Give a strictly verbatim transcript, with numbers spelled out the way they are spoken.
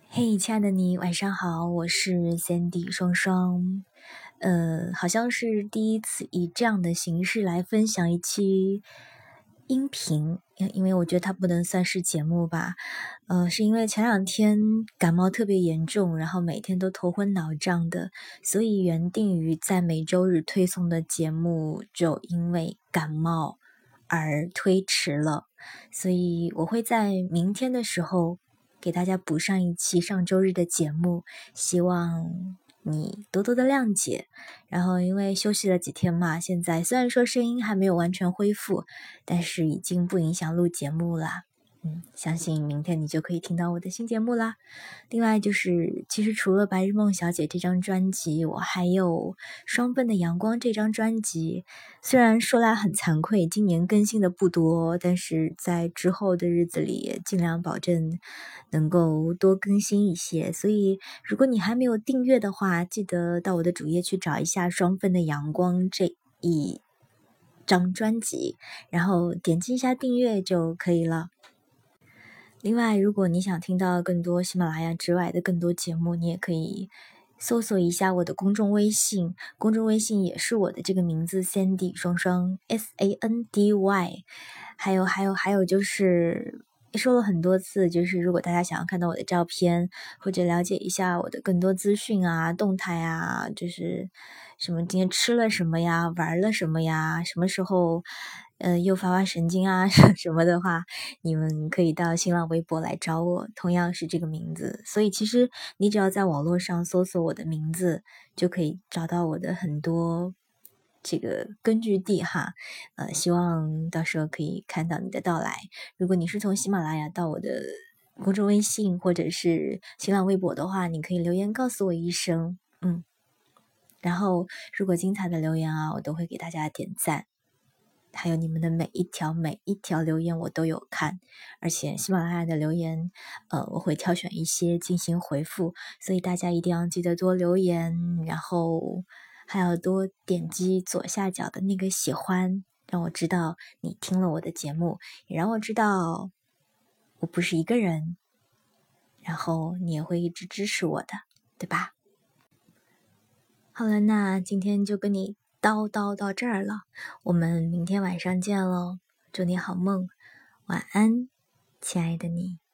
嘿，亲爱的你，晚上好，我是 Sandy 双双。呃，好像是第一次以这样的形式来分享一期音频，因因为我觉得它不能算是节目吧。呃，是因为前两天感冒特别严重，然后每天都头昏脑胀的，所以原定于在每周日推送的节目就因为感冒而推迟了，所以我会在明天的时候给大家补上一期上周日的节目，希望你多多的谅解。然后因为休息了几天嘛，现在虽然说声音还没有完全恢复，但是已经不影响录节目啦。嗯，相信明天你就可以听到我的新节目啦。另外就是，其实除了《白日梦小姐》这张专辑，我还有《双份的阳光》这张专辑。虽然说来很惭愧，今年更新的不多，但是在之后的日子里也尽量保证能够多更新一些。所以，如果你还没有订阅的话，记得到我的主页去找一下《双份的阳光》这一张专辑，然后点击一下订阅就可以了。另外，如果你想听到更多喜马拉雅之外的更多节目，你也可以搜索一下我的公众微信，公众微信也是我的这个名字 Sandy 双双 S A N D Y。还有还有还有就是说了很多次，就是如果大家想要看到我的照片，或者了解一下我的更多资讯啊、动态啊，就是什么今天吃了什么呀、玩了什么呀、什么时候呃又发发神经啊什么的话，你们可以到新浪微博来找我，同样是这个名字。所以其实你只要在网络上搜索我的名字，就可以找到我的很多这个根据地哈。呃，希望到时候可以看到你的到来。如果你是从喜马拉雅到我的公众微信或者是新浪微博的话，你可以留言告诉我一声，嗯。然后如果精彩的留言啊，我都会给大家点赞。还有你们的每一条每一条留言我都有看，而且喜马拉雅的留言呃，我会挑选一些进行回复，所以大家一定要记得多留言，然后还要多点击左下角的那个喜欢，让我知道你听了我的节目，也让我知道我不是一个人，然后你也会一直支持我的，对吧？好了，那今天就跟你叨叨到这儿了，我们明天晚上见喽，祝你好梦，晚安，亲爱的你。